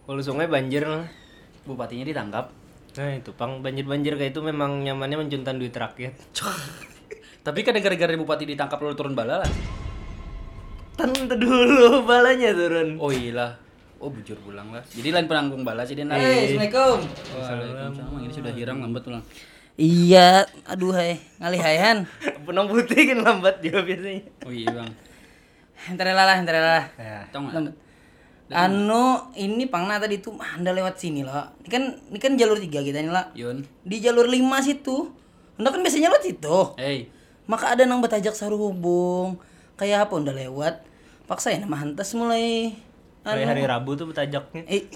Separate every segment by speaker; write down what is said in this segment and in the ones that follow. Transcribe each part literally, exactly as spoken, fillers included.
Speaker 1: Hulu sungai banjir lah.
Speaker 2: Bupatinya ditangkap.
Speaker 1: Nah itu pang banjir-banjir kayak itu memang nyamannya mencuntan duit rakyat.
Speaker 2: Tapi kan gara-gara bupati ditangkap lalu turun bala lah.
Speaker 1: Tentu dulu balanya turun.
Speaker 2: Oh iya. Oh bujur pulang lah. Jadi lain penanggung bala sih dia.
Speaker 3: Hey, Assalamualaikum.
Speaker 2: Waalaikumsalam. Ini sudah hirang lambat pulang.
Speaker 3: Iya, aduh hai, ngalih haihan.
Speaker 1: Penang putih kan lambat dia biasanya.
Speaker 2: Oh iya bang.
Speaker 3: Entar lah, entar lah.
Speaker 1: Ya.
Speaker 2: Tahu nggak?
Speaker 3: Lambat. Anu, ini Pangna tadi tuh Anda lewat sini lah. Ini kan ini kan jalur tiga kita nih lah.
Speaker 2: Yun.
Speaker 3: Di jalur lima situ. Anda kan biasanya lewat situ.
Speaker 2: Hey.
Speaker 3: Maka ada nang betajak sarubung. Kayak apa udah lewat. Paksa ya nama hantas mulai
Speaker 1: Hari hari Rabu tuh betajaknya.
Speaker 3: Eh.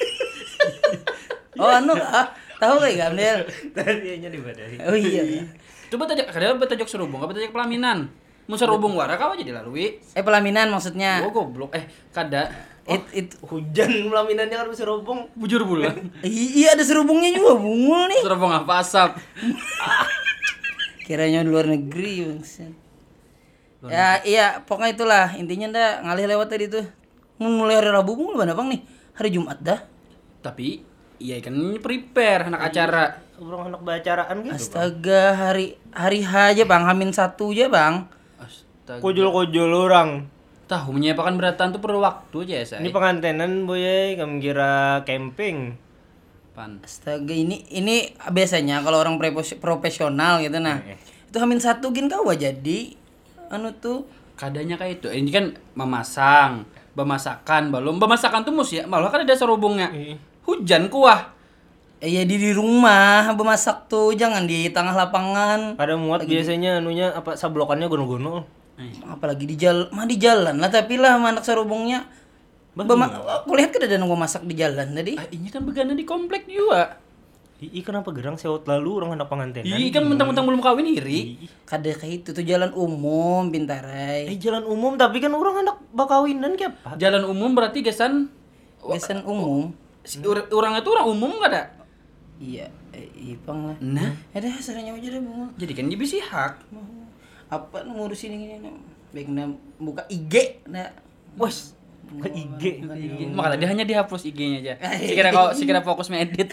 Speaker 3: Oh anu ah, tahu kayak Gamdel.
Speaker 1: Tadinya di badai.
Speaker 3: Oh iya.
Speaker 2: Coba tajak, kada betajak serubung, apa tajak pelaminan? Mau serubung warak apa aja dilalui?
Speaker 3: Eh pelaminan maksudnya.
Speaker 2: Oh goblok. Eh kada.
Speaker 3: It, it,
Speaker 1: Hujan pelaminannya kan bisa robong.
Speaker 2: Bujur bulan.
Speaker 3: I- iya ada serubungnya juga bungul nih.
Speaker 2: Serubung apa asap?
Speaker 3: Kiranya di luar negeri bangsat. Ya iya pokoknya itulah intinya ndak ngalih lewat tadi tuh. Mulai hari Rabu mulu mana bang nih? Hari Jumat dah.
Speaker 2: Tapi iya kan ini prepare anak acara.
Speaker 1: Orang anak bacaraan gitu.
Speaker 3: Astaga hari hari H aja bang, Hamin satu aja bang.
Speaker 2: Astaga.
Speaker 1: Kojol-kojol orang.
Speaker 2: Tahu menyiapkan beratan tuh perlu waktu aja ya saya.
Speaker 1: Ini pengantenan boy, kamu kira camping.
Speaker 2: Pan.
Speaker 3: Astaga ini ini biasanya kalau orang prepos- profesional gitu nah.
Speaker 1: Eh.
Speaker 3: Itu Hamin satu gin kau jadi anu tuh
Speaker 2: Kadanya kayak itu. Ini kan memasang, bemasakan belum. Bemasakan tuh mus ya, malah kan ada serubungnya.
Speaker 1: Iya.
Speaker 2: Hujan kuah.
Speaker 3: eh ya di, di rumah bemasak tuh jangan di tengah lapangan.
Speaker 1: Ada muat biasanya anunya apa sablokannya gono-gono.
Speaker 3: Apalagi di jalan, mah di jalan lah tapi lah sama anak sarubungnya. Bema, aku lihat kan ada nunggu masak di jalan tadi.
Speaker 2: Ah, ini kan begana di komplek juga.
Speaker 1: Ih kenapa gerang sewot lalu orang anak pengantenan.
Speaker 2: Iya kan mentang-mentang belum kawin iri.
Speaker 3: Kada kayak itu tuh jalan umum
Speaker 1: Eh
Speaker 3: Bintarai.
Speaker 1: jalan umum tapi kan orang anak bakawinan kayak apa?
Speaker 2: Jalan umum berarti gesan
Speaker 3: Besan umum.
Speaker 2: si, ur- orang itu orang umum gak ada.
Speaker 3: Iya, eh, ipang lah.
Speaker 2: Nah,
Speaker 3: Ya dah seranya aja deh bunga.
Speaker 2: jadi kan dia bisa hak.
Speaker 3: Apa nu ngurusin ini nih? Baik na buka I G nah.
Speaker 2: Bos,
Speaker 1: Ke I G.
Speaker 2: maka tadi hanya dihapus I G-nya aja. Sekira kau sekira fokus ngedit.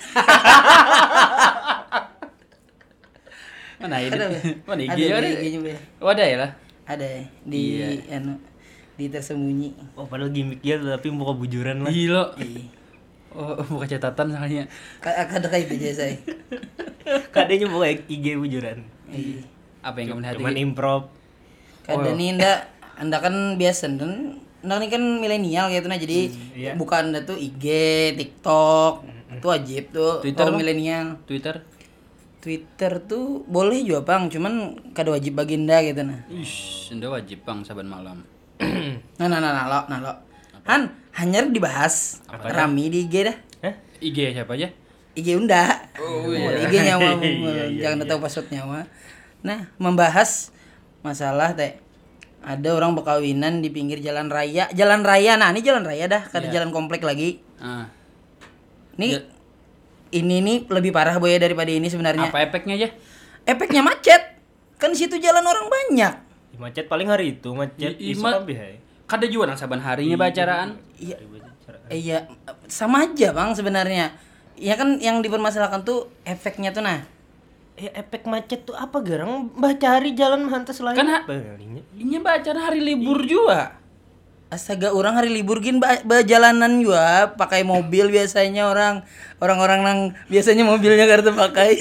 Speaker 2: Mana edit? Mana I G
Speaker 3: Ada
Speaker 2: ada?
Speaker 3: I G-nya Be.
Speaker 2: Oh, ada ya lah.
Speaker 3: Ada ya, di anu di tersembunyi.
Speaker 1: Oh padahal gimmick dia tapi muka bujuran lah.
Speaker 2: Gila.
Speaker 3: Iya.
Speaker 2: Oh, buka catatan soalnya.
Speaker 3: Kayak ada kayak itu aja saya.
Speaker 1: Kadenya buka I G bujuran.
Speaker 3: Iya.
Speaker 2: Apa yang kamu lihat?
Speaker 1: Cuman improv.
Speaker 3: Kadang nih ndak, anda kan biasa dan anda ini kan milenial gitu nah jadi
Speaker 1: iya.
Speaker 3: bukan anda tuh I G, TikTok, itu wajib tuh
Speaker 2: Twitter,
Speaker 3: kalau
Speaker 2: Bang?
Speaker 3: milenial.
Speaker 2: Twitter.
Speaker 3: Twitter tuh boleh juga bang, cuman kada wajib baginda gitu nah.
Speaker 2: Ish, anda wajib bang saban malam.
Speaker 3: Nah nah nah nah lo, nah lo. Han, hanyar dibahas. Rami di I G dah.
Speaker 1: Hah?
Speaker 2: I G siapa aja?
Speaker 3: I G Unda.
Speaker 2: Oh,
Speaker 3: I G-nya mah
Speaker 1: Iya, iya,
Speaker 3: jangan
Speaker 1: iya.
Speaker 3: tahu passwordnya mah. Nah, membahas masalah teh ada orang berkawinan di pinggir jalan raya. Jalan raya. Nah, ini jalan raya dah, kada
Speaker 2: Iya.
Speaker 3: jalan komplek lagi.
Speaker 2: Ah,
Speaker 3: Nih
Speaker 2: Ja-
Speaker 3: ini nih lebih parah boy daripada ini sebenarnya.
Speaker 2: apa efeknya aja?
Speaker 3: Efeknya macet. Kan di situ jalan orang banyak.
Speaker 1: Macet paling hari itu macet
Speaker 2: I-
Speaker 1: isu
Speaker 2: ima-
Speaker 1: kabeh, hai.
Speaker 2: Kada juga nang saban harinya bacaraan.
Speaker 3: Iya. Eh, Iya, sama aja bang sebenarnya. Ya kan yang dipermasalahkan tuh efeknya tuh nah.
Speaker 1: Eh efek macet tuh apa gerang? Mbah cari jalan hantas lain.
Speaker 2: Kan ha-
Speaker 1: Palingnya.
Speaker 2: Ini bacaraan hari libur juga.
Speaker 3: Astaga orang hari libur gin ba- berjalanan juga pakai mobil biasanya orang orang-orang nang biasanya mobilnya kartu pakai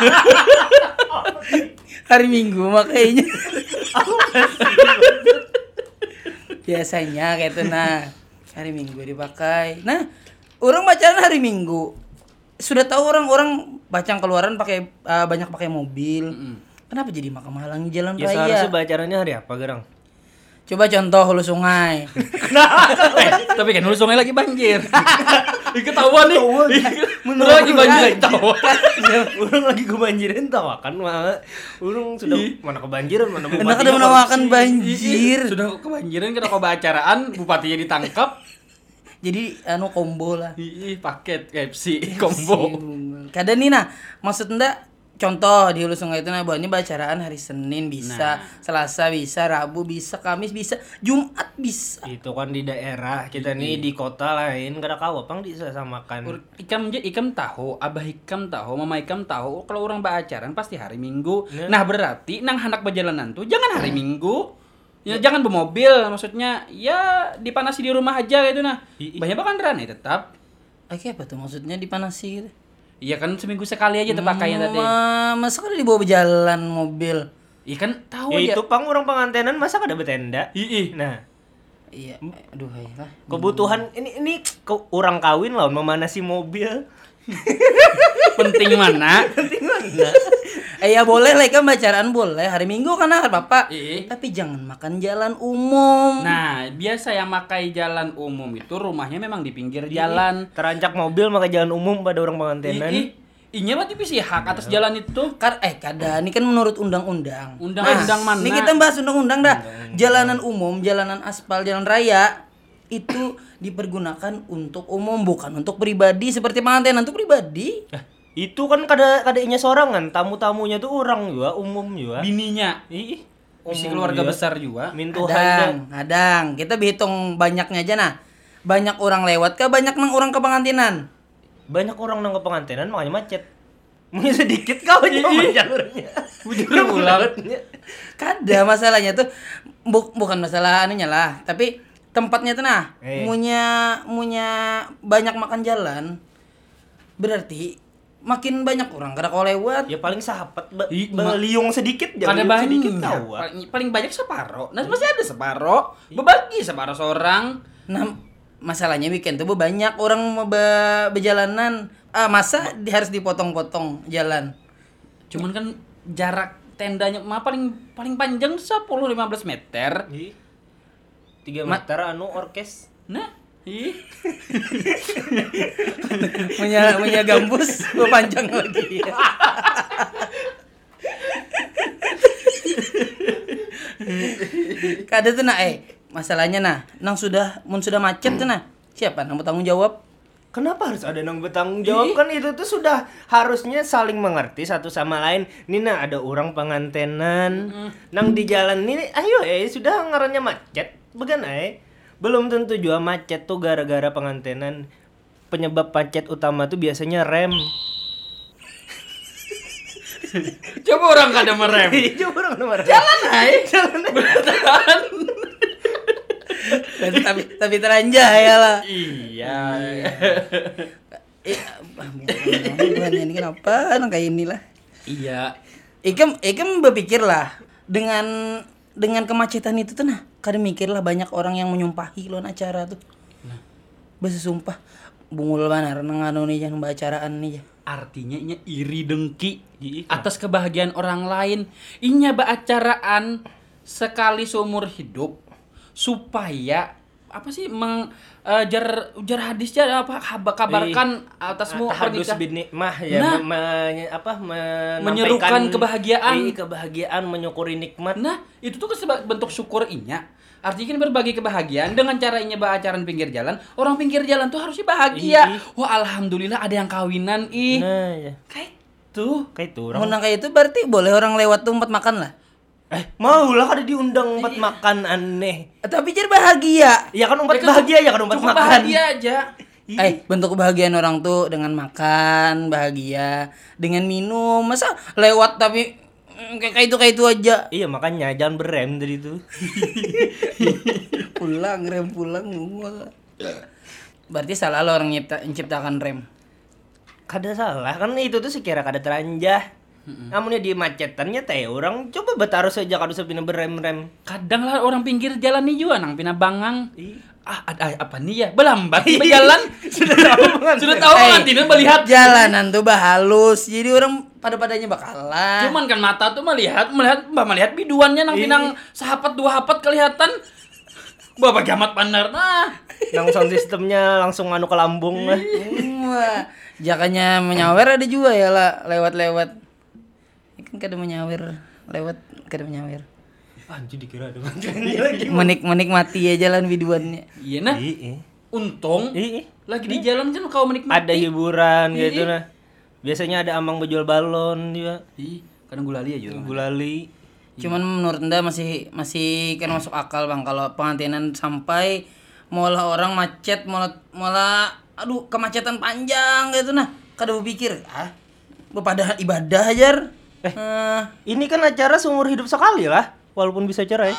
Speaker 3: hari Minggu makanya biasanya kayak itu nah hari Minggu dipakai nah orang bacaan hari Minggu sudah tahu orang-orang bacang keluaran pakai uh, banyak pakai mobil kenapa jadi makam halangi jalan
Speaker 1: Ya
Speaker 3: raya
Speaker 1: seharusnya bacarannya hari apa gerang?
Speaker 3: coba contoh hulu sungai.
Speaker 2: Eh, tapi kan hulu sungai lagi banjir. Ketahuan nih. Menurut lagi banjir ketahuan.
Speaker 1: Urang lagi kebanjiran tahu kan mah. Urang sudah mana kebanjiran mana bupati.
Speaker 3: Enak ada menawarkan banjir.
Speaker 2: Sudah kebanjiran kena kau bacaraan bupatinya ditangkap.
Speaker 3: Jadi anu combo lah.
Speaker 2: Ih, paket K F C combo.
Speaker 3: Kadang nih nah, maksud ndak contoh di Hulu Sungai itu nah, bahwa ini bacaraan hari Senin bisa,
Speaker 2: Nah.
Speaker 3: Selasa bisa, Rabu bisa, Kamis bisa, Jumat bisa.
Speaker 1: Itu kan di daerah, kita nih di kota lain kada kawa pang disamakan.
Speaker 2: Ur- Ikam je ikam tahu, abah ikam tahu, mama ikam tahu kalau orang baacaran pasti hari Minggu.
Speaker 1: Nah.
Speaker 2: Nah, berarti nang hendak berjalanan tuh jangan hari Minggu. Ya, jangan bermobil, maksudnya ya dipanasi di rumah aja gitu nah.
Speaker 1: I- i-
Speaker 2: Banyak kendaraan ya tetap.
Speaker 3: Oke, apa tuh maksudnya dipanasi gitu?
Speaker 2: Iya kan seminggu sekali aja terpakainya tadi.
Speaker 3: Ma- masa kada dibawa berjalan mobil?
Speaker 2: Iya kan tahu
Speaker 1: Ya
Speaker 2: aja.
Speaker 1: itu pang orang pengantenan masa kada bertenda?
Speaker 2: Ih,
Speaker 1: Nah,
Speaker 3: Iya, aduh lah.
Speaker 1: kebutuhan ini ini ke, orang kawin lah memanasi mobil.
Speaker 2: penting mana?
Speaker 1: Penting mana?
Speaker 3: Eh ya boleh lah kan bacaraan boleh hari Minggu kan hari Bapak.
Speaker 2: Iya.
Speaker 3: Tapi jangan makan jalan umum.
Speaker 2: Nah, biasa yang makai jalan umum itu rumahnya memang di pinggir jalan.
Speaker 1: Terancak mobil maka jalan umum pada orang pengantenan.
Speaker 2: Ih, inya mah tipis ya hak atas jalan itu.
Speaker 3: Kar eh kada ini kan menurut undang-undang.
Speaker 2: Undang-undang mana?
Speaker 3: Ini kita bahas undang-undang dah. Jalanan umum, jalanan aspal, jalan raya itu dipergunakan untuk umum bukan untuk pribadi seperti pengantenan itu pribadi.
Speaker 1: Nah, itu kan kada kada inya sorangan, tamu-tamunya tuh orang juga, umum juga.
Speaker 2: Bininya.
Speaker 1: Ih,
Speaker 2: Isi
Speaker 1: umum
Speaker 2: keluarga
Speaker 1: juga.
Speaker 2: besar juga.
Speaker 1: Mintu
Speaker 3: Kadang, kadang kita hitung banyaknya aja nah. Banyak orang lewat kah banyak nang orang ke pengantinan?
Speaker 1: Banyak orang nang ke pengantenan makanya macet. Mungkin sedikit kau aja mah jalurnya.
Speaker 2: Bujur ulang.
Speaker 3: Kada masalahnya tuh bu- bukan masalah anunya lah, tapi tempatnya tuh nah,
Speaker 1: Eh.
Speaker 3: munya munya banyak makan jalan. Berarti makin banyak orang kada kau lewat.
Speaker 1: Ya paling sahabat be,
Speaker 2: Ih, ma-
Speaker 1: beliung sedikit ya,
Speaker 2: Kada
Speaker 1: beliung sedikit
Speaker 2: banyak.
Speaker 1: tahu. ah.
Speaker 2: Paling, paling banyak separo. Nah, masih ada separo. Berbagi separo seorang.
Speaker 3: Nah, masalahnya weekend tuh banyak orang mau be- berjalanan. Ah, masa di- harus dipotong-potong jalan.
Speaker 2: Cuman kan jarak tendanya mah paling paling panjang sepuluh sampai lima belas meter.
Speaker 1: Ih. tiga
Speaker 3: Ma-
Speaker 1: meter anu orkes.
Speaker 2: Nah, ih.
Speaker 3: Punya punya gambus panjang lagi. Kada tuh nah eh masalahnya nah nang sudah mun sudah macet tuh nah siapa nang bertanggung jawab?
Speaker 1: Kenapa harus ada yang bertanggung jawab? Kan itu tuh sudah harusnya saling mengerti satu sama lain. Nina ada orang pengantenan nang di jalan ini ayo eh sudah ngarannya macet. Bukan eh. Belum tentu juga macet tuh gara-gara pengantenan. Penyebab macet utama tuh biasanya rem.
Speaker 2: Coba orang kada merem.
Speaker 1: Coba orang nomor
Speaker 2: Jalan ay. Jalan bertahan.
Speaker 3: tapi tapi, tapi teranjah ya lah.
Speaker 2: Iya.
Speaker 3: Eh, ah, bukan ini kenapa nang kayak inilah.
Speaker 2: Iya.
Speaker 3: Ikem ikem berpikir lah dengan dengan kemacetan itu tuh nah kada mikir lah banyak orang yang menyumpahi lawan acara tuh. Bahasa sumpah bungul banar nang anu nih jangan acaraan nih ya.
Speaker 2: Artinya inya iri dengki atas kebahagiaan orang lain. Inya baacaraan sekali seumur hidup supaya apa sih meng eh, jar jar hadisnya apa kabar- kabarkan atasmu
Speaker 1: tahadus
Speaker 2: pernikahan.
Speaker 1: bin nikmah ya
Speaker 2: Nah.
Speaker 1: me- me- apa menampaikan-
Speaker 2: Menyerukan kebahagiaan.
Speaker 1: Iya, kebahagiaan menyukuri nikmat.
Speaker 2: Nah, itu tuh kan seba- bentuk syukur inya. Artinya kan berbagi kebahagiaan dengan cara inya baacaran pinggir jalan. Orang pinggir jalan tuh harusnya bahagia.
Speaker 1: Ih.
Speaker 2: Wah, alhamdulillah ada yang kawinan ih.
Speaker 1: Nah ya
Speaker 2: Kayak tuh.
Speaker 1: kayak itu
Speaker 3: Mun
Speaker 1: orang.
Speaker 3: nang kayak itu berarti boleh orang lewat tuh tempat makan lah.
Speaker 1: Eh mau lah kada diundang buat makan aneh.
Speaker 3: Eh, Tapi jar bahagia.
Speaker 1: Ya kan umat
Speaker 2: Ya kan
Speaker 1: bahagia ya kan umat
Speaker 2: cukup
Speaker 1: makan.
Speaker 2: bahagia aja.
Speaker 3: Eh, bentuk kebahagiaan orang tuh dengan makan, bahagia, dengan minum. Masa lewat tapi mm, kayak kayak itu kayak itu aja.
Speaker 1: Iya makanya jangan berem dari itu.
Speaker 3: Pulang rem pulang mual. Berarti salah lo orang nyipta, menciptakan rem.
Speaker 1: Kada salah kan itu tuh sekira kada teranjah. Namunnya di macetannya teh orang coba betaruh saja kada usah pina berem-rem.
Speaker 2: Kadang lah orang pinggir jalan nih juga nang pina bangang.
Speaker 1: Ih.
Speaker 2: Ah, ada apa nih ya? Belambat berjalan.
Speaker 1: Sudah tahu pengantin.
Speaker 2: Sudah tahu
Speaker 3: Eh,
Speaker 2: pengantinnya melihat.
Speaker 3: Jalanan tuh bah halus. Jadi orang pada-padanya bakalan.
Speaker 2: Cuman kan mata tuh melihat, melihat, mbak melihat biduannya nang
Speaker 1: Ih.
Speaker 2: pinang sahapat dua hapat kelihatan. Bapak gamat pandar nah.
Speaker 1: Nang sound sistemnya langsung anu ke lambung lah.
Speaker 3: Wah, jakanya menyawer ada juga ya lah lewat-lewat. Kan kada menyawer lewat kada menyawer.
Speaker 1: Anjir dikira ada mantannya lagi.
Speaker 3: Menik menikmati ya jalan biduannya.
Speaker 2: Iya nah.
Speaker 1: Ih, ih.
Speaker 2: Untung
Speaker 1: Ih, ih.
Speaker 2: lagi di jalan kan kau menikmati.
Speaker 1: Ada hiburan
Speaker 2: Ih,
Speaker 1: gitu
Speaker 2: ih.
Speaker 1: nah. Biasanya ada amang berjual balon juga.
Speaker 2: Ih, kadang gulali aja.
Speaker 1: Gulali.
Speaker 3: Cuman menurut Anda masih masih kan masuk akal Bang kalau pengantinan sampai malah orang macet malah malah aduh kemacetan panjang gitu nah. Kada berpikir, ah, pada ibadah ajar.
Speaker 1: Eh,
Speaker 3: Eh,
Speaker 1: Ini kan acara seumur hidup sekali lah, walaupun bisa cerai.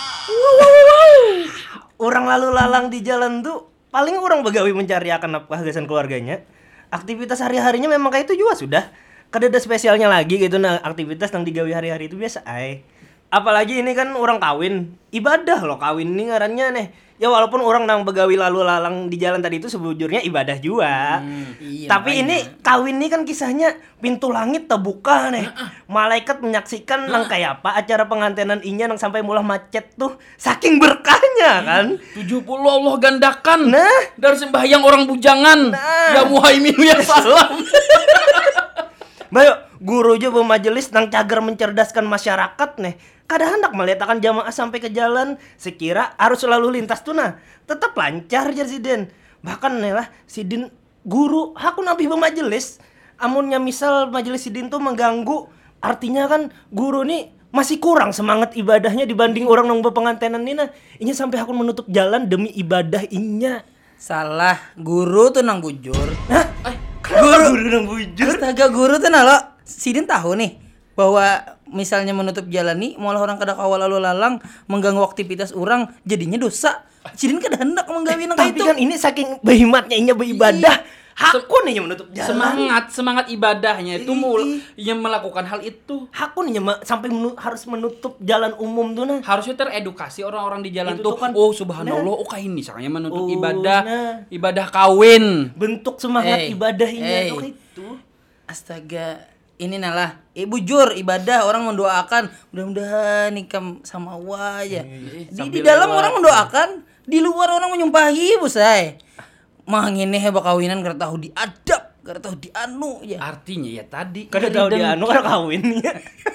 Speaker 1: Orang lalu lalang di jalan tuh paling orang begawi mencari akan nafkah gasan keluarganya. Aktivitas hari-harinya memang kayak itu juga sudah. Kada ada spesialnya lagi gitu nah aktivitas yang digawi hari-hari itu biasa ay. Apalagi ini kan orang kawin, ibadah loh kawin ini ngarannya nih. Ya walaupun orang nang begawi lalu lalang di jalan tadi itu sebujurnya ibadah juga.
Speaker 3: iya,
Speaker 1: Tapi
Speaker 3: makanya.
Speaker 1: ini kawin ini kan kisahnya pintu langit terbuka nih. Malaikat menyaksikan nang kayak apa acara pengantinan inya nang sampai mulah macet tuh saking berkahnya kan.
Speaker 2: tujuh puluh Allah gandakan.
Speaker 1: Nah.
Speaker 2: Dari sembahyang orang bujangan.
Speaker 1: Nah.
Speaker 2: Ya Muhaimin ya salam.
Speaker 1: Bayo, guru juga majelis nang cagar mencerdaskan masyarakat nih. Kada hendak meletakkan jamaah sampai ke jalan sekira arus lalu lintas tuh nah tetap lancar jar Sidin. Bahkan nih lah Sidin guru aku nabi majelis. Amunnya misal majelis Sidin tuh mengganggu, artinya kan guru nih masih kurang semangat ibadahnya dibanding orang nang berpengantenan nih nah. Inya sampai aku menutup jalan demi ibadah inya.
Speaker 3: salah, guru tuh nang bujur.
Speaker 1: Hah? Guru, guru nang bujur.
Speaker 3: Astaga, guru tuh nah lo, Sidin tahu nih bahwa misalnya menutup jalan nih malah orang kada kawal lalu lalang mengganggu aktivitas orang jadinya dosa. Sidin kada hendak menggawi nang
Speaker 1: Tapi
Speaker 3: itu.
Speaker 1: kan ini saking behimatnya inya beribadah, hakun nih yang menutup jalan.
Speaker 2: Semangat, semangat ibadahnya itu mul
Speaker 1: Ih.
Speaker 2: yang melakukan hal itu.
Speaker 1: Hakun nih ma- sampai menu- harus menutup jalan umum tuh nah.
Speaker 2: Harusnya teredukasi orang-orang di jalan
Speaker 1: Itu
Speaker 2: tuh.
Speaker 1: tuh kan-
Speaker 2: Oh subhanallah, oh kayak ini misalnya menuntut
Speaker 1: Oh,
Speaker 2: ibadah,
Speaker 1: nah.
Speaker 2: ibadah kawin.
Speaker 1: Bentuk semangat
Speaker 3: Eh,
Speaker 1: ibadah inya
Speaker 3: eh.
Speaker 1: tuh itu.
Speaker 3: Astaga, ini nalah. Eh bujur ibadah orang mendoakan mudah-mudahan nikah sama Allah ya. Di, di
Speaker 2: sambil
Speaker 3: dalam
Speaker 2: lewat.
Speaker 3: orang mendoakan, di luar orang menyumpahi busai. Mah ngene heba kawinan kada tahu diadab, kada tahu dianu ya.
Speaker 2: Artinya ya tadi.
Speaker 1: Kada
Speaker 2: dari
Speaker 1: tahu
Speaker 2: dengki.
Speaker 1: dia anu kada kawin ya.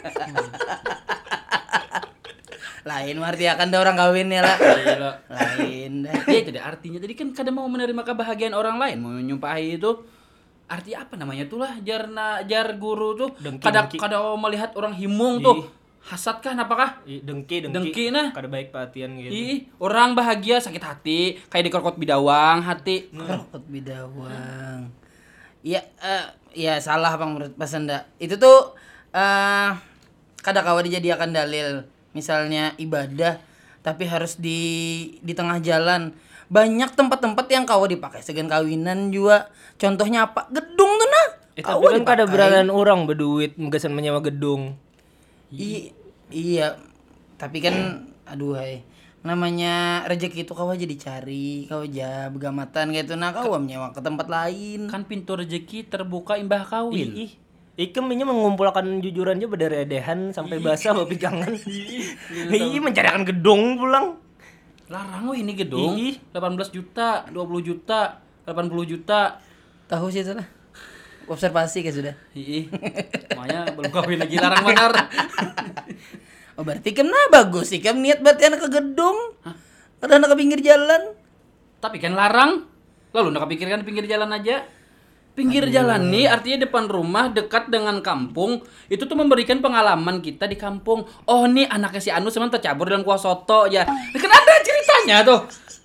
Speaker 3: Lain arti akan ada orang kawin ya lah.
Speaker 2: Gila.
Speaker 3: Lain dah.
Speaker 2: Ya itu deh artinya. Tadi kan kada mau menerima kebahagiaan orang lain, mau menyumpahi itu. Arti apa namanya tuh lah jarna jar guru tuh
Speaker 1: Dengki,
Speaker 2: kada
Speaker 1: dengki.
Speaker 2: kada mau melihat orang himung
Speaker 1: Ih.
Speaker 2: tuh. Hasad kah apakah?
Speaker 1: Ih, Dengki, dengki.
Speaker 2: Dengki nah.
Speaker 1: Kada baik perhatian gitu.
Speaker 2: Ih, orang bahagia sakit hati, kayak dikorkot bidawang hati.
Speaker 3: Kerokot bidawang. Ya, eh, ya salah bang menurut Mas Anda. Itu tuh eh kada kawa dijadikan dalil. Misalnya ibadah, tapi harus di di tengah jalan. Banyak tempat-tempat yang kawa dipakai segan kawinan juga. Contohnya apa? Gedung tuh nah.
Speaker 1: Eh,
Speaker 3: Kawa
Speaker 1: tapi kan kada
Speaker 3: dipakai.
Speaker 1: beranan orang berduit menggasan menyewa gedung.
Speaker 3: I- iya, tapi kan aduh hai. Namanya rezeki itu kau aja dicari, kau aja begamatan gitu nah kau menyewa ke tempat lain.
Speaker 2: Kan pintu rezeki terbuka imbah kawin.
Speaker 1: Ih, ih. Ikem ini mengumpulkan jujurannya berderedehan sampai basah bapikangan. Ih, mencarikan gedung pulang.
Speaker 2: Larang weh ini gedung.
Speaker 1: Ih.
Speaker 2: delapan belas juta, dua puluh juta, delapan puluh juta.
Speaker 3: Tahu sih itu lah. Observasi kan sudah.
Speaker 2: Ih, makanya belum kawin lagi larang benar.
Speaker 3: Oh berarti kem nah bagus sih kem niat berarti anak ke gedung. Ada anak ke pinggir jalan.
Speaker 2: Tapi kan larang. Lalu nak pikirkan pinggir jalan aja. Pinggir jalan nih artinya depan rumah dekat dengan kampung. Itu tuh memberikan pengalaman kita di kampung. Oh nih anaknya si Anu semen tercabur dalam kuah soto ya. Kan ada ceritanya tuh.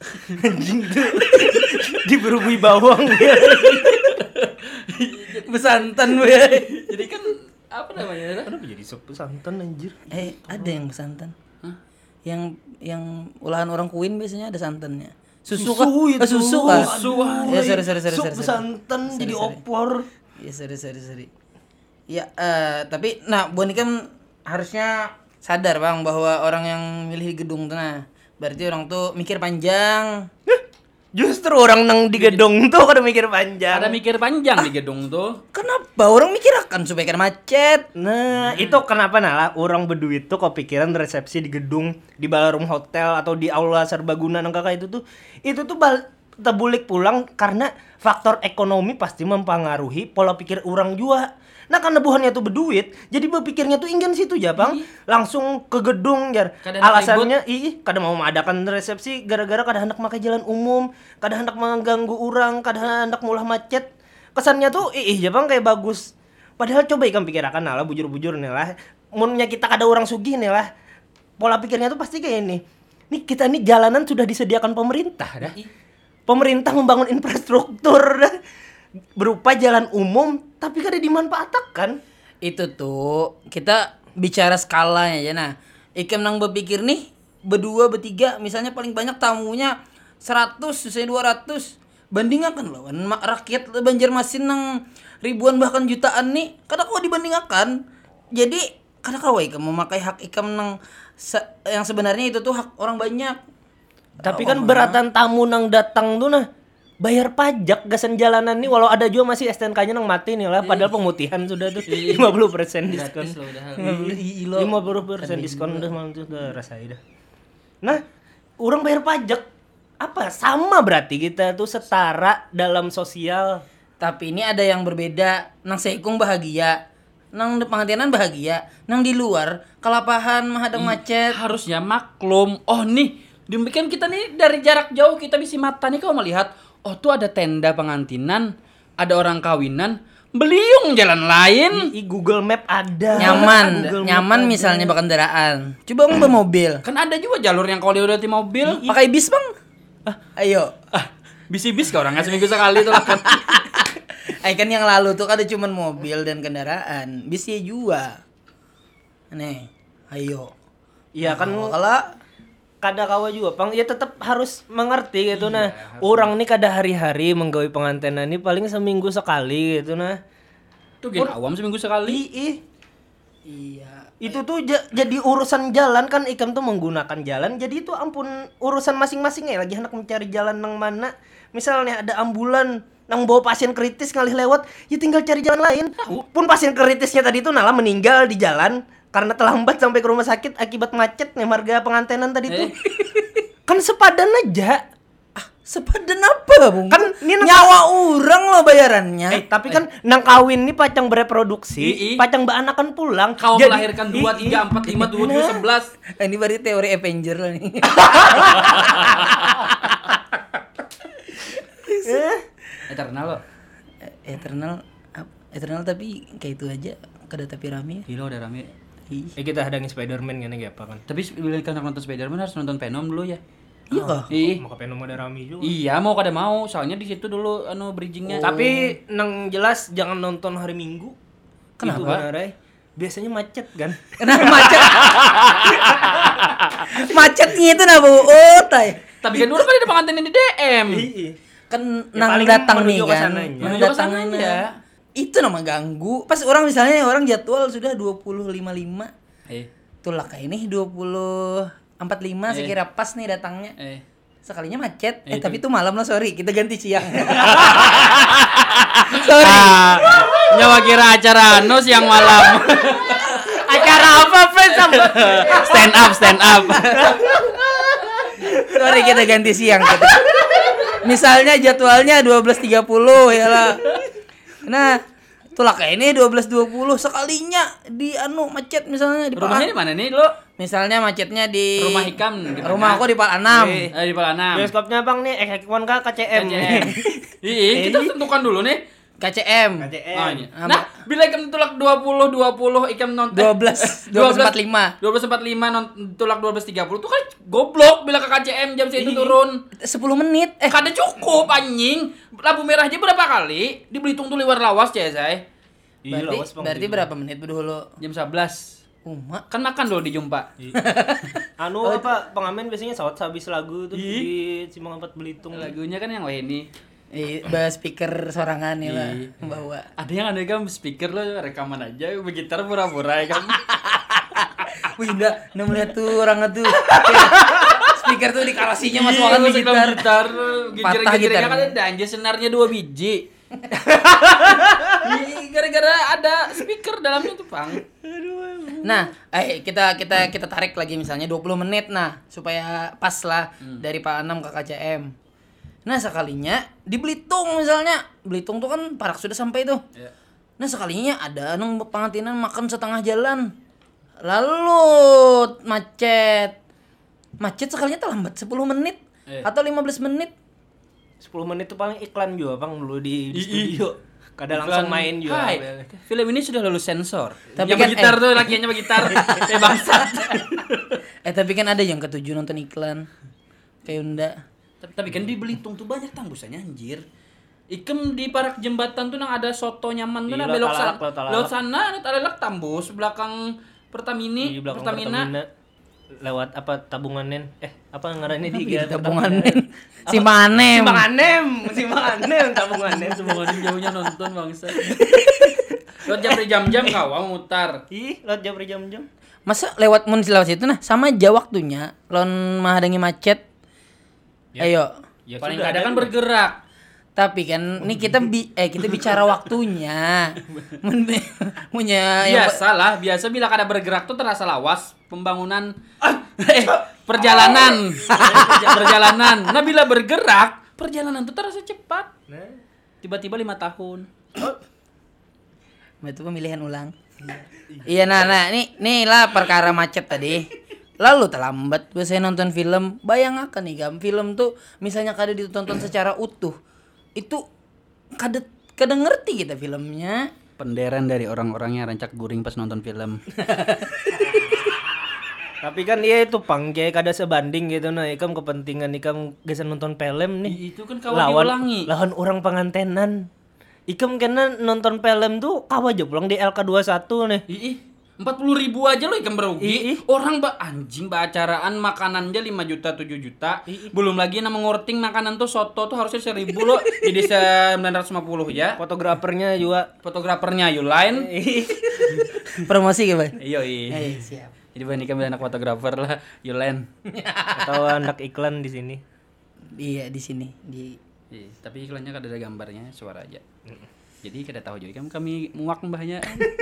Speaker 1: Diberubui bawang dia.
Speaker 3: Besantan we.
Speaker 2: Jadi kan apa namanya?
Speaker 1: Kenapa jadi sop santan anjir?
Speaker 3: Eh ada yang besantan. Yang yang olahan orang Kuin biasanya ada santannya. Susu,
Speaker 1: Susu
Speaker 3: kah?
Speaker 1: itu.
Speaker 3: Ah, susu kah?
Speaker 1: Susu,
Speaker 3: Ya sorry sorry sorry
Speaker 1: Sup
Speaker 3: sorry. sorry.
Speaker 1: santan
Speaker 3: Sorry,
Speaker 1: jadi
Speaker 3: sorry.
Speaker 1: opor.
Speaker 3: Ya sorry sorry sorry. Ya eh tapi nah Boni kan harusnya sadar bang bahwa orang yang milih gedung tuh nah berarti orang tuh mikir panjang.
Speaker 1: Justru orang nang di gedung tuh kada mikir panjang.
Speaker 2: Ada mikir panjang di gedung tuh.
Speaker 3: Kenapa orang mikir akan supaya kan macet?
Speaker 1: Nah, itu kenapa nala orang berduit tuh kepikiran resepsi di gedung, di ballroom hotel atau di aula serbaguna nang kakak itu tuh. Itu tuh bal tebulik pulang karena faktor ekonomi pasti mempengaruhi pola pikir orang juga. Nah karena buhannya tuh berduit, jadi berpikirnya tuh ingin situ ya bang, langsung ke gedung jar.
Speaker 2: Kada hendak
Speaker 1: Alasannya, ih, kada mau mengadakan resepsi gara-gara kada hendak pakai jalan umum, kada hendak mengganggu orang, kada hendak mulah macet. Kesannya tuh, ih, ya bang kayak bagus Padahal coba ikam pikirkan lah bujur-bujur nih lah. Munnya kita kada orang sugih nih lah. Pola pikirnya tuh pasti kayak ini. Nih kita nih jalanan sudah disediakan pemerintah dah. Pemerintah membangun infrastruktur dah. Berupa jalan umum tapi kada dimanfaatkan.
Speaker 3: Itu tuh kita bicara skalanya ya. Nah, ikam nang berpikir nih berdua bertiga misalnya paling banyak tamunya seratus, misalnya dua ratus. Bandingkan lawan rakyat Banjarmasin nang ribuan bahkan jutaan nih. Kada kau dibandingkan. Jadi kada kau ikam memakai hak ikam nang se- yang sebenarnya itu tuh hak orang banyak.
Speaker 1: Tapi kan beratan tamu nang datang tuh nah bayar pajak gasan jalanan nih walau ada juga masih S T N K-nya nang mati nih lah padahal pemutihan sudah tuh lima puluh persen diskon. lima puluh persen diskon udah malam tuh udah rasain dah. Nah, orang bayar pajak apa sama berarti kita tuh setara dalam sosial.
Speaker 3: Tapi ini ada yang berbeda. Nang Sekung bahagia, nang pengantinan bahagia, nang di luar kelapahan menghadang macet.
Speaker 2: Harusnya maklum. Oh nih, demikian kita nih dari jarak jauh kita bisa mata nih kau melihat. Oh tuh ada tenda pengantinan, ada orang kawinan, beliung jalan lain.
Speaker 1: I, i Google Map ada.
Speaker 3: Nyaman,
Speaker 1: Google Map
Speaker 3: nyaman
Speaker 1: ada.
Speaker 3: misalnya berkendaraan. Coba kamu bermobil.
Speaker 2: Kan ada juga jalur yang kalau dia udah di mobil.
Speaker 3: Pakai bis, Bang. Ah, ayo.
Speaker 2: Ah, bisi-bis ke orangnya seminggu sekali tuh lah kan.
Speaker 3: Ay kan yang lalu tuh kan ada cuman mobil dan kendaraan. Bis ya juga. Nih, ayo.
Speaker 1: Iya kan
Speaker 3: Oh, kalau
Speaker 1: kada kawa juga pang ya tetap harus mengerti gitu nah. Orang nih kada hari-hari menggawe pengantenan ini paling seminggu sekali gitu nah.
Speaker 2: Tuh gini awam seminggu sekali.
Speaker 1: Ih,
Speaker 3: iya.
Speaker 1: itu tuh ja- jadi urusan jalan kan ikam tuh menggunakan jalan jadi itu ampun urusan masing-masing ya lagi hendak mencari jalan nang mana misalnya ada ambulan nang bawa pasien kritis ngalih lewat ya tinggal cari jalan lain pun pasien kritisnya tadi tuh nalah meninggal di jalan karena terlambat sampai ke rumah sakit akibat macet nih marga pengantenan tadi tuh kan sepadan aja.
Speaker 3: Sepadan apa, Bung?
Speaker 1: Kan ini nang-
Speaker 3: nyawa orang loh bayarannya.
Speaker 1: Eh tapi kan nang kawin nih pacang bereproduksi,
Speaker 2: Ii.
Speaker 1: pacang beanakan pulang.
Speaker 2: Kau
Speaker 1: Jadi-
Speaker 2: melahirkan dua,
Speaker 1: Ii.
Speaker 2: tiga, empat, lima, tujuh, sebelas.
Speaker 3: Ah, ini berarti teori Avenger lah nih.
Speaker 1: Eh,
Speaker 2: Eternal loh.
Speaker 3: Eternal ap- Eternal tapi kayak itu aja kada tapi rame.
Speaker 2: Gila udah rame.
Speaker 3: Ih.
Speaker 1: Eh kita hadangin Spider-Man kan ya apa kan?
Speaker 2: Tapi bila kan nonton Spider-Man harus nonton Venom dulu ya.
Speaker 3: Iya kah?
Speaker 2: Ih.
Speaker 1: Maka pengen ada rame juga.
Speaker 2: Iya mau kada mau, soalnya di situ dulu anu bridgingnya.
Speaker 1: Tapi nang jelas jangan nonton hari Minggu.
Speaker 2: Kenapa?
Speaker 1: Itu benar, Ray. Biasanya macet kan.
Speaker 3: Kenapa macet? Macetnya itu nah, Bu. Oh, tay.
Speaker 2: Tapi kan dulu kan ada pengantin di D M.
Speaker 1: Iya.
Speaker 3: Kan
Speaker 1: Ya,
Speaker 3: nang
Speaker 1: paling
Speaker 3: datang nih
Speaker 1: menuju ke
Speaker 3: kan.
Speaker 1: sananya.
Speaker 3: Nang
Speaker 2: Menuju ke
Speaker 3: datang
Speaker 2: sananya.
Speaker 3: ya. Itu nama ganggu. Pas orang misalnya orang jadwal sudah dua puluh lima lima.
Speaker 2: Eh,
Speaker 3: Itulah kayak ini dua puluh empat puluh lima
Speaker 2: Eh.
Speaker 3: sekira pas nih datangnya.
Speaker 2: eh.
Speaker 3: Sekalinya macet.
Speaker 2: Eh,
Speaker 3: Eh, tapi itu malam lah, sorry. Kita ganti siang. sorry.
Speaker 2: Ah, nyawa kira acara anu siang malam.
Speaker 1: Acara apa, Friends?
Speaker 2: Stand up, stand up.
Speaker 3: Sorry, kita ganti siang. Kita. Misalnya jadwalnya dua belas tiga puluh ya lah. Nah, itulah kayak ini dua belas dua puluh sekalinya di anu macet misalnya di
Speaker 2: Rumahnya di
Speaker 3: Palan.
Speaker 2: mana nih lo?
Speaker 3: Misalnya macetnya di
Speaker 2: Rumah Hikam di mana?
Speaker 3: Rumah aku di Palan enam.
Speaker 1: Eh.
Speaker 2: Eh, di Palanam.
Speaker 1: Bioskopnya Bang nih Ekekwan K K C M.
Speaker 2: K C M. Ih, kita tentukan dulu nih.
Speaker 3: K C M.
Speaker 1: K C M.
Speaker 2: Oh, iya.
Speaker 3: Ah,
Speaker 2: Nah, bila ikam tulak dua puluh dua puluh ikam nonton
Speaker 3: dua belas dua belas empat puluh lima.
Speaker 2: dua belas empat puluh lima non tulak dua belas tiga puluh tuh kan goblok bila ke K C M jam segitu turun.
Speaker 3: sepuluh menit. Eh,
Speaker 2: Kada cukup anjing. Lampu merah aja berapa kali? Di Belitung tuh liwar lawas ya, say.
Speaker 1: Iya,
Speaker 3: berarti,
Speaker 1: lawas, Bang.
Speaker 3: berarti berapa menit dulu?
Speaker 2: Jam sebelas.
Speaker 3: Umak.
Speaker 2: Kan makan dulu di Jumpa.
Speaker 1: Anu apa pengamen biasanya saat habis lagu tuh di Simpang empat Belitung.
Speaker 2: Lagunya kan yang lain nih.
Speaker 3: Eh, bawa speaker sorangan nih lah
Speaker 2: Iya.
Speaker 3: bawa.
Speaker 2: Ada yang ada kan speaker lo rekaman aja bergitar pura-pura ya kan.
Speaker 3: Wih, enggak, enggak melihat tuh orang itu. Speaker tuh di karasinya mas makan
Speaker 2: Iya,
Speaker 3: gitar.
Speaker 2: gitar. Gitar.
Speaker 3: Patah
Speaker 2: Gitar-gitarnya
Speaker 3: gitarnya.
Speaker 2: kan ada anjir senarnya dua biji. Iya, gara-gara ada speaker dalamnya tuh, Pang.
Speaker 3: Nah, eh kita kita kita tarik lagi misalnya dua puluh menit nah supaya pas lah dari Pak Anam ke K C M. Nah, sekalinya di Belitung misalnya. Belitung tuh kan Parak sudah sampai tuh.
Speaker 2: Iya.
Speaker 3: Nah, sekalinya ada nung pengantinan makan setengah jalan. Lalu macet. Macet sekalinya terlambat sepuluh menit
Speaker 2: Eh.
Speaker 3: atau lima belas menit.
Speaker 1: sepuluh menit tuh paling iklan juga Bang dulu di, di
Speaker 2: Ii.
Speaker 1: studio. Kada langsung main juga.
Speaker 2: Hai, film ini sudah lulus sensor.
Speaker 3: Tapi
Speaker 2: yang
Speaker 3: kan,
Speaker 2: bergitar
Speaker 3: eh.
Speaker 2: tuh lakiannya bergitar. Eh bangsat.
Speaker 3: Eh tapi kan ada yang ketujuh nonton iklan. Kayak Unda.
Speaker 2: tapi, tapi kan di Belitung tuh banyak tambusannya anjir. Ikem di parak jembatan tuh nang ada soto nyaman tuh
Speaker 1: Iya,
Speaker 2: nah belok sana.
Speaker 1: talalak, talalak.
Speaker 2: Lewat sana ada talalak tambus belakang Pertamini,
Speaker 1: Di belakang
Speaker 2: Pertamina.
Speaker 1: Pertamina. Lewat apa tabunganen eh apa ngarannya di
Speaker 3: Di
Speaker 1: Gia
Speaker 3: tabungan
Speaker 1: Pertamina?
Speaker 3: si Manem.
Speaker 1: Si Manganem, si Manganem tabunganen
Speaker 2: Semua orang jauhnya nonton bangsa. Lewat jam jam-jam kawang mutar.
Speaker 1: Ih, lewat jam jam-jam.
Speaker 3: Masa lewat mun lewat situ nah sama aja waktunya. Lon menghadangi macet. Ayo.
Speaker 1: Ya
Speaker 2: Paling
Speaker 1: sudah,
Speaker 2: kadang kan
Speaker 1: ada-
Speaker 2: bergerak.
Speaker 3: Tapi kan ini kita bi eh kita bicara waktunya. Mun punya yang
Speaker 2: Biasa lah, biasa bila kada bergerak tuh terasa lawas pembangunan eh perjalanan. perjalanan. Nah bila bergerak, perjalanan tuh terasa cepat.
Speaker 1: Nah,
Speaker 2: Tiba-tiba lima tahun.
Speaker 3: itu pemilihan ulang. Iya nah nah nih nih lah perkara macet tadi. Lalu terlambat gue saya nonton film. Bayangkan nih gam film tuh misalnya kada ditonton secara utuh. Itu kada kada ngerti kita filmnya.
Speaker 2: Penderan dari orang-orang yang rancak guring pas nonton film.
Speaker 1: tapi kan iya itu pangge kada sebanding gitu nah ikam kepentingan ikam geus nonton film nih.
Speaker 2: Itu kan kawan
Speaker 1: lawan
Speaker 2: diulangi.
Speaker 1: lawan orang pengantenan. Ikam kena nonton film tuh kawa aja pulang di L K dua puluh satu nih.
Speaker 2: Ih, empat puluh ribu aja lo ikan berugi.
Speaker 1: Ih.
Speaker 2: Orang ba anjing ba acaraan makanan aja lima juta tujuh juta. Belum lagi nama ngorting makanan tuh soto tuh harusnya seribu lo. Jadi sembilan ratus lima puluh ya.
Speaker 1: Fotografernya juga.
Speaker 2: Fotografernya Yulain.
Speaker 3: Promosi gitu, Bang.
Speaker 2: Iya, iya.
Speaker 3: Eh, siap.
Speaker 2: Jadi Bani kami anak fotografer lah, Yulain.
Speaker 1: Atau anak iklan di sini.
Speaker 3: Iya di sini di
Speaker 2: Iya, tapi iklannya kada ada gambarnya, suara aja. Jadi kada tahu jadi kan kami muak mbahnya.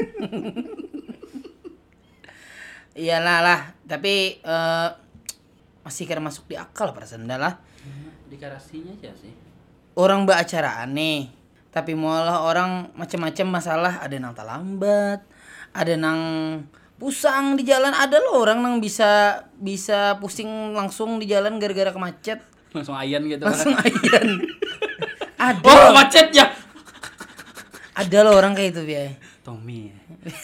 Speaker 3: iyalah lah, tapi eh, masih kada masuk di akal perasaan dah lah.
Speaker 2: Di garasinya aja sih.
Speaker 3: Orang beracara aneh, tapi malah orang macam-macam masalah, ada nang terlambat, ada nang pusang di jalan, ada loh orang nang bisa bisa pusing langsung di jalan gara-gara kemacet.
Speaker 2: Langsung ayan gitu.
Speaker 3: Langsung ayan. Ada.
Speaker 2: Oh, macet ya.
Speaker 3: Ada loh orang kayak itu, Biay.
Speaker 2: Tommy.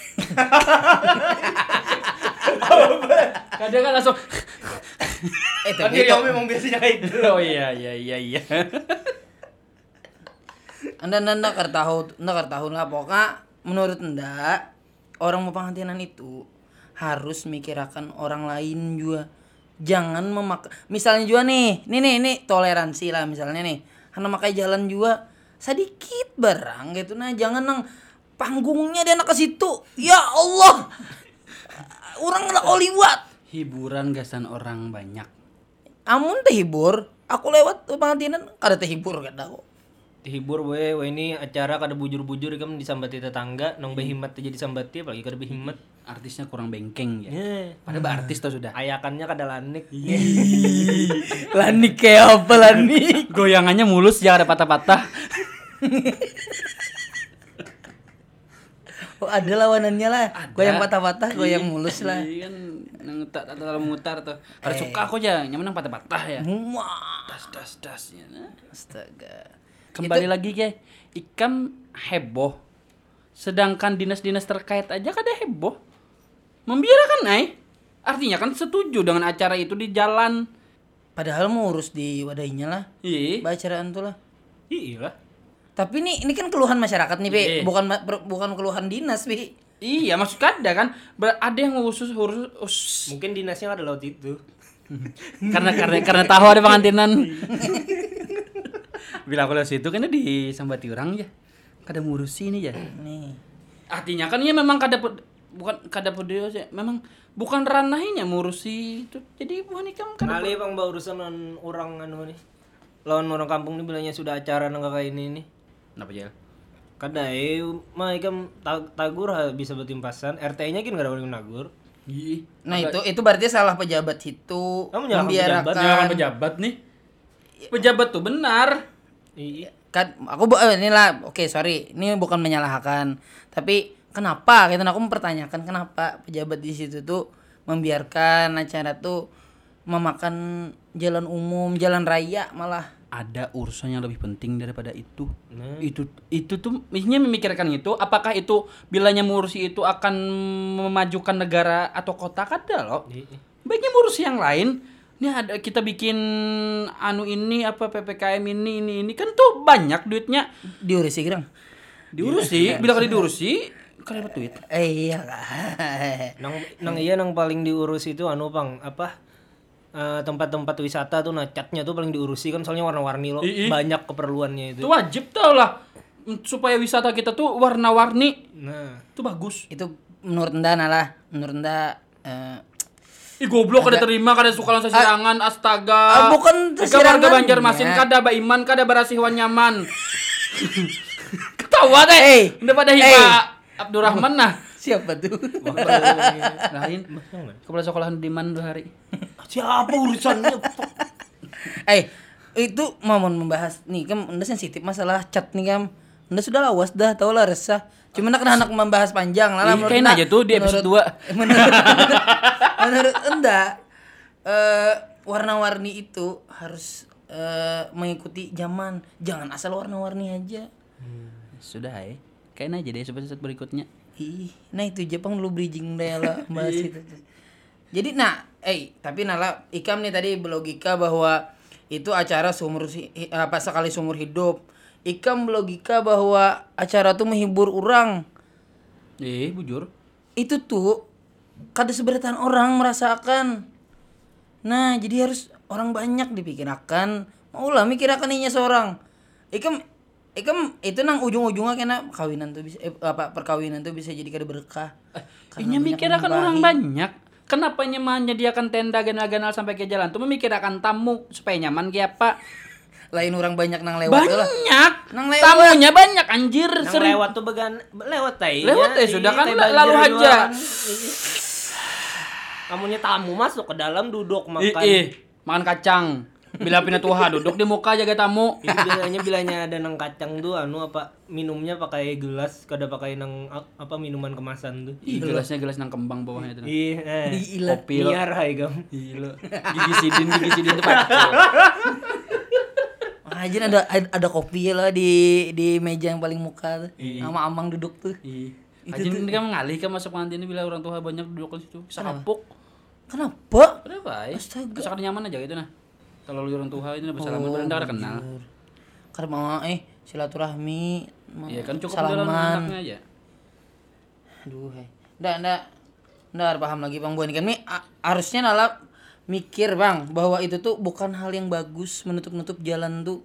Speaker 2: Kadang kan langsung
Speaker 3: Eh,
Speaker 1: Kan
Speaker 3: tapi
Speaker 1: dia
Speaker 3: itu,
Speaker 1: memang biasanya kayak gitu.
Speaker 2: oh iya iya iya iya.
Speaker 3: anda anda anda kar tahu, anda kar tahu lah pokoknya menurut anda orang mau pengantinan itu harus mikirakan orang lain juga. Jangan memak misalnya juga nih, nih nih nih toleransi lah misalnya nih. Karena makai jalan juga sedikit barang gitu nah, jangan nang panggungnya dia anak ke situ. Ya Allah. Orang nak liwat.
Speaker 2: Hiburan gasan orang banyak.
Speaker 3: Amun terhibur, aku lewat pengantinan kada terhibur kada kok.
Speaker 1: Dihibur we, we ini acara kada bujur-bujur ikam disambati tetangga, nong behimat aja disambati apalagi kada behimat.
Speaker 2: Artisnya kurang bengkeng ya.
Speaker 1: Yeah.
Speaker 2: Padahal ba artis tuh sudah.
Speaker 1: Ayakannya kada lanik.
Speaker 3: Lanik kayak apa lanik?
Speaker 2: Goyangannya mulus ya ada patah-patah.
Speaker 3: Oh ada lawanannya lah.
Speaker 2: Ada.
Speaker 3: Goyang patah-patah, goyang mulus lah.
Speaker 2: Iya kan nang tak tak terlalu mutar tuh. Ada suka aku aja, nyaman nang patah-patah ya.
Speaker 3: Wah.
Speaker 2: Das das das ya. Nah.
Speaker 3: Astaga.
Speaker 2: Kembali lagi ke ikam heboh. Sedangkan dinas-dinas terkait aja kada heboh. Membiarkan ay. Artinya kan setuju dengan acara itu di jalan.
Speaker 3: Padahal mau urus di wadahnya lah.
Speaker 2: Iya.
Speaker 3: Bacaraan tuh lah.
Speaker 1: Iya lah.
Speaker 3: Tapi ini ini kan keluhan masyarakat nih, Pi.
Speaker 2: Iya.
Speaker 3: Bukan ma- ber- bukan keluhan dinas, Pi.
Speaker 2: Iya, maksud kada kan. Ber- ada yang khusus urus us-
Speaker 1: Mungkin dinasnya ada laut itu.
Speaker 2: karena karena karena tahu ada pengantinan. Bila aku lewat situ kan disambati orang ya. Kada ngurusi ini ya.
Speaker 3: Nih.
Speaker 2: Artinya kan ya memang kada pe- bukan kada peduli sih. Memang bukan ranahnya ngurusi itu. Jadi bukan ikam kada.
Speaker 1: Kali bang bawa urusan lawan orang anu nih. Lawan orang kampung nih bilangnya sudah acara nang kayak ini nih.
Speaker 2: Kenapa jel?
Speaker 1: Kada eh mah ikam tag- tagur ha, bisa betimpasan. R T-nya kan kada boleh nagur.
Speaker 2: Ih.
Speaker 3: Nah, itu itu berarti salah pejabat itu
Speaker 1: Kamu nyalahkan
Speaker 3: membiarkan
Speaker 2: Jangan pejabat nih. Pejabat tuh benar.
Speaker 1: Iya.
Speaker 3: kan aku bu- eh, inilah oke sorry ini bukan menyalahkan tapi kenapa gitu nah, aku mempertanyakan kenapa pejabat di situ tuh membiarkan acara tuh memakan jalan umum jalan raya malah
Speaker 2: ada urusan yang lebih penting daripada itu.
Speaker 1: Nah.
Speaker 2: Itu itu tuh maksudnya memikirkan itu, apakah itu bilanya mengurusi itu akan memajukan negara atau kota, kada loh. Baiknya mengurusi yang lain. Ini ada kita bikin anu ini apa P P K M ini ini ini kan tuh banyak duitnya.
Speaker 3: Diurusi gerang.
Speaker 2: Diurusi, bila kali diurusi kali dapat duit.
Speaker 3: Eh iya kak.
Speaker 1: Nang nang iya nang paling diurus itu anu Bang, apa? Eh, tempat-tempat wisata tuh nah catnya tuh paling diurusi kan soalnya warna-warni loh.
Speaker 2: Ii.
Speaker 1: Banyak keperluannya itu.
Speaker 2: Itu wajib tau lah supaya wisata kita tuh warna-warni.
Speaker 1: Nah,
Speaker 2: Itu bagus.
Speaker 3: Itu menurut Anda lah, menurut Anda eh,
Speaker 2: Ih goblok kada terima kada suka langsung sirangan astaga.
Speaker 3: ah, bukan
Speaker 2: Ika warga
Speaker 3: sirangannya.
Speaker 2: Banjarmasin kada ba iman kada barasiwan nyaman. Ketawa deh.
Speaker 3: Hey.
Speaker 2: Udah pada
Speaker 3: Hey.
Speaker 2: hiba Abdurrahman nah.
Speaker 3: siapa tuh?
Speaker 2: Lain. Kepala sekolahan di mana dua hari.
Speaker 1: siapa urusannya?
Speaker 3: Eh, itu mau membahas nih kan Anda sensitif masalah cat nih kan. Anda sudah lawas dah, tau lah resah. Cuma nak anak membahas panjang lah.
Speaker 2: Ih, kain aja tuh di episode dua.
Speaker 3: Menurut, menurut Anda eh warna-warni itu harus eh, mengikuti zaman. Jangan asal warna-warni aja.
Speaker 2: Sudah ya. Kain aja deh episode berikutnya.
Speaker 3: Ih, nah itu Jepang dulu bridging deh lah bahas itu. Jadi nah, eh tapi Nala Ikam nih tadi berlogika bahwa itu acara seumur si- apa sekali seumur hidup. Ikam berlogika bahwa acara tuh menghibur orang.
Speaker 2: Eh, bujur.
Speaker 3: Itu tuh kada seberatan orang merasakan. Nah, jadi harus orang banyak dipikirkan. Maulah mikirakan inya seorang. Ikam Ikam itu nang ujung-ujungnya kena kawinan tuh bisa eh, apa perkawinan tuh bisa jadi kada berkah.
Speaker 2: Ini mikirakan orang banyak. Kenapa nyaman menyediakan tenda ganal-ganal sampai ke jalan tuh memikirkan tamu supaya nyaman kayak apa?
Speaker 3: Lain orang banyak nang lewat lah.
Speaker 2: Banyak.
Speaker 3: Nang lewat.
Speaker 2: Tamunya banyak anjir.
Speaker 1: Nang
Speaker 2: Sering
Speaker 1: lewat tuh began lewat tai.
Speaker 2: Lewat ya sudah kan lalu aja.
Speaker 1: Kamunya tamu masuk ke dalam duduk
Speaker 2: Ih,
Speaker 1: makan.
Speaker 2: ih, makan kacang. Bila pindah tuha duduk di muka jaga tamu.
Speaker 1: Itu bilanya bilanya ada nang kacang tuh anu apa minumnya pakai gelas, kada pakai nang a- apa minuman kemasan tuh.
Speaker 2: Ih, gelasnya gelas nang kembang bawahnya itu.
Speaker 1: Ih, eh.
Speaker 3: Gila.
Speaker 2: Kopi lo.
Speaker 1: Niar hai gam.
Speaker 2: Gila. Gigi sidin, gigi sidin tuh pacul.
Speaker 3: Aja ada ada kopi lah di di meja yang paling muka tuh.
Speaker 2: Iya.
Speaker 3: Sama Amang duduk tuh.
Speaker 2: Ih. Ajin ini kan mengalih kan masuk kantin ini bila orang tua banyak duduk di situ. Bisa kapuk.
Speaker 3: Kenapa?
Speaker 2: Kenapa ya?
Speaker 3: Astaga.
Speaker 2: Asalkan nyaman aja gitu nah. Kalau lu orang tua itu bersalaman padahal enggak kenal.
Speaker 3: Karena mau eh silaturahmi. ma-
Speaker 2: Iya kan cukup dalam
Speaker 3: salaman.
Speaker 2: anaknya aja.
Speaker 3: Aduh, hei. Nggak, nggak. Nggak paham lagi Bang Buan. Kan mi a- harusnya Nala mikir Bang bahwa itu tuh bukan hal yang bagus menutup-nutup jalan tuh.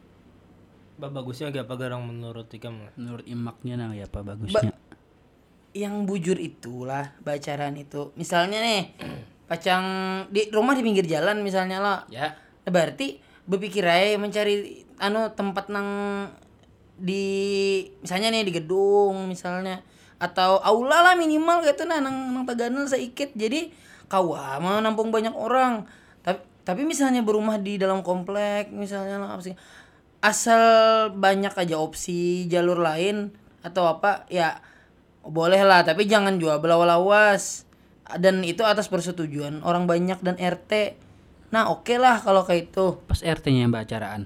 Speaker 1: Ba bagusnya agak apa garang menurut Ikam lah.
Speaker 2: Menurut imaknya nah ya apa bagusnya.
Speaker 3: Yang bujur itulah bacaran itu. Misalnya nih pacang di rumah di pinggir jalan misalnya lah.
Speaker 2: Ya.
Speaker 3: Berarti berpikir aja mencari anu tempat nang di misalnya nih di gedung misalnya atau aula lah minimal gitu nah nang nang Taganel saikit jadi kawa mau nampung banyak orang tapi tapi misalnya berumah di dalam komplek misalnya lah apa sih asal banyak aja opsi jalur lain atau apa ya boleh lah tapi jangan juga belawas dan itu atas persetujuan orang banyak dan R T. Nah oke lah kalau kayak itu.
Speaker 2: Pas R T-nya mbak acaraan.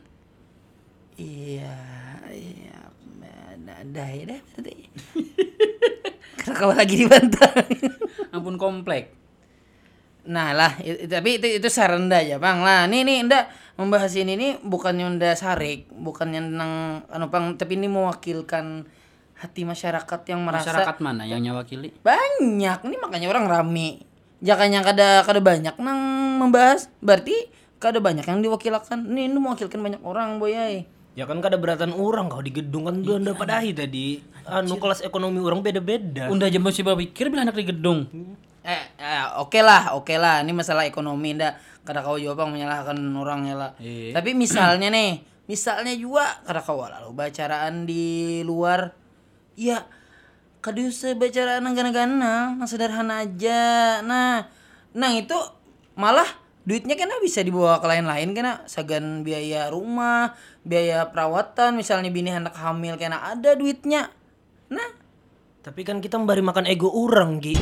Speaker 3: Iya, iya, nah, dah ya dah berarti. Karena kawan lagi dibantah.
Speaker 2: Ampun komplek.
Speaker 3: Nah lah, itu, tapi itu itu saran dah ya bang lah. Nih nih ndak membahas ini nih bukannya ndak sarik, bukannya nang anu bang, tapi ini mewakilkan hati masyarakat yang merasa
Speaker 2: Masyarakat mana yang nyawakili?
Speaker 3: banyak. Ini makanya orang rame. Jakanya kada kada banyak nang membahas, berarti kada banyak yang diwakilkan. Ini ini mewakilkan banyak orang boy.
Speaker 1: Ya kan kada beratan orang kau di gedung kan udah dapat ahi tadi. Anu kelas ekonomi orang beda-beda.
Speaker 2: Unda aja masih berpikir bila anak di gedung.
Speaker 3: Eh, eh oke lah, oke lah. Ini masalah ekonomi ndak kada kau jawab bang menyalahkan orang ya lah.
Speaker 2: Iya.
Speaker 3: Tapi misalnya nih, misalnya juga kada kau lalu bacaraan di luar ya kada usah bacaraan nang gana-gana, nang sederhana aja. Nah, nah itu malah duitnya kena bisa dibawa ke lain-lain kena sagan biaya rumah, biaya perawatan, misalnya bini anak hamil kena ada duitnya. Nah,
Speaker 1: Tapi kan kita memberi makan ego orang Gi.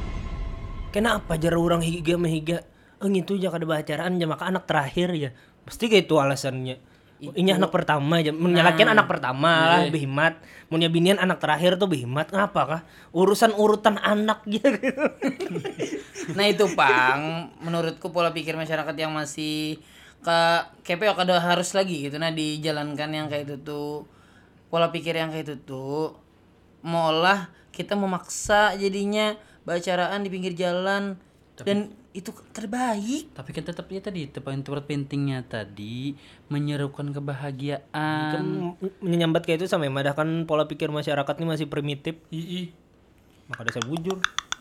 Speaker 1: Kenapa jar orang higa mehiga? Eng itu aja kada bacaraan aja maka anak terakhir ya. Pasti kayak itu alasannya. Ini anak pertama aja, menyalakan anak pertama lah,
Speaker 2: Iya.
Speaker 1: behimat. Munya binian anak terakhir tuh behimat, ngapa kah? Urusan urutan anak gitu.
Speaker 3: Nah itu Pang, menurutku pola pikir masyarakat yang masih ke K P O kada harus lagi gitu nah dijalankan yang kayak itu tuh. Pola pikir yang kayak itu tuh malah kita memaksa jadinya bacaraan di pinggir jalan dan itu kada baik.
Speaker 2: Tapi kan tetap ya tadi poin terpentingnya tadi menyerukan kebahagiaan.
Speaker 1: Kan menyambat kayak itu sama madah kan pola pikir masyarakat ini masih primitif.
Speaker 2: Ih,
Speaker 1: Maka dasar bujur.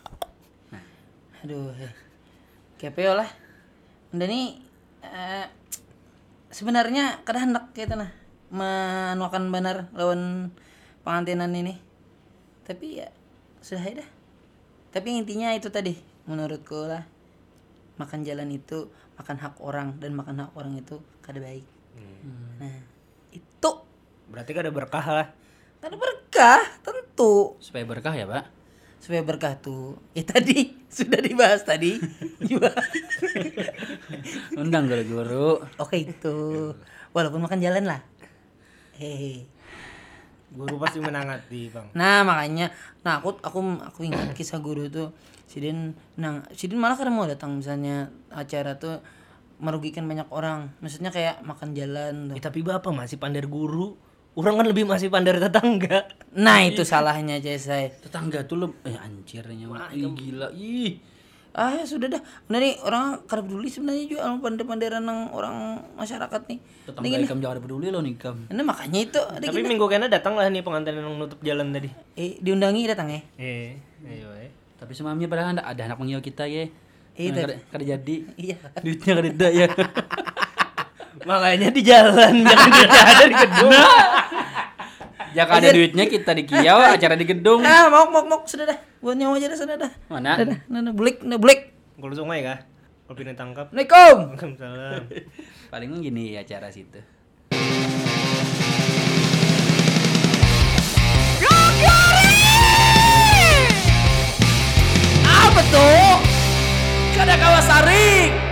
Speaker 3: Aduh, eh. K P O lah. Udah nih eh, sebenarnya kada hendak kayak itu nah menuakan benar lawan pengantinan ini. Tapi ya sudah ya dah. Tapi intinya itu tadi menurutku lah. Makan jalan itu makan hak orang dan makan hak orang itu kada baik.
Speaker 1: Hmm.
Speaker 3: Nah, itu
Speaker 1: Berarti kan ada berkah lah.
Speaker 3: kada berkah tentu.
Speaker 2: supaya berkah ya, Pak.
Speaker 3: Supaya berkah tuh. Eh tadi sudah dibahas tadi. Juga.
Speaker 2: Undang guru-guru.
Speaker 3: Oke itu. Walaupun makan jalan lah. Hehe.
Speaker 1: Guru pasti menangati, Bang.
Speaker 3: Nah makanya, nah aku aku aku ingat kisah guru tuh. Sidin, nah Sidin malah karena mau datang misalnya acara tuh merugikan banyak orang. Maksudnya kayak makan jalan tuh.
Speaker 1: Eh, tapi bapak masih pandai guru. Orang kan lebih masih pandai tetangga.
Speaker 3: Nah itu salahnya aja saya.
Speaker 2: Tetangga tuh lo eh anjirnya. Ih, gila. Ih.
Speaker 3: Ah ya sudah dah. Nah nih orang kada peduli sebenarnya juga sama pandai-pandairan ng orang masyarakat nih.
Speaker 2: Tetangga ikam jangan peduli lo nih ikam.
Speaker 3: Nah makanya itu ada
Speaker 1: Tapi
Speaker 3: gini.
Speaker 1: minggu kena datang lah nih pengantin yang nutup jalan tadi.
Speaker 3: Eh diundangi datang ya.
Speaker 1: Eh, ayo eh.
Speaker 2: Tapi semamnya padahal ada, ada anak panggil kita ya.
Speaker 3: Iya,
Speaker 2: Nah, kada, kada jadi.
Speaker 3: Iya.
Speaker 2: Duitnya kada ada ya.
Speaker 1: Makanya di jalan, jangan di jalan di gedung.
Speaker 2: Ya kada ada duitnya kita di kiau, acara di gedung.
Speaker 3: Ah mau mau mau sudah dah. Buat nyawa aja dah sudah dah.
Speaker 2: Mana?
Speaker 3: Dah dah. Nah, nah, bulik, nah bulik.
Speaker 1: Kalau sungai kah? Kalau pindah tangkap.
Speaker 3: Assalamualaikum.
Speaker 1: Waalaikumsalam.
Speaker 2: Paling gini acara situ.
Speaker 3: Apa tuh? Kada Kawasari.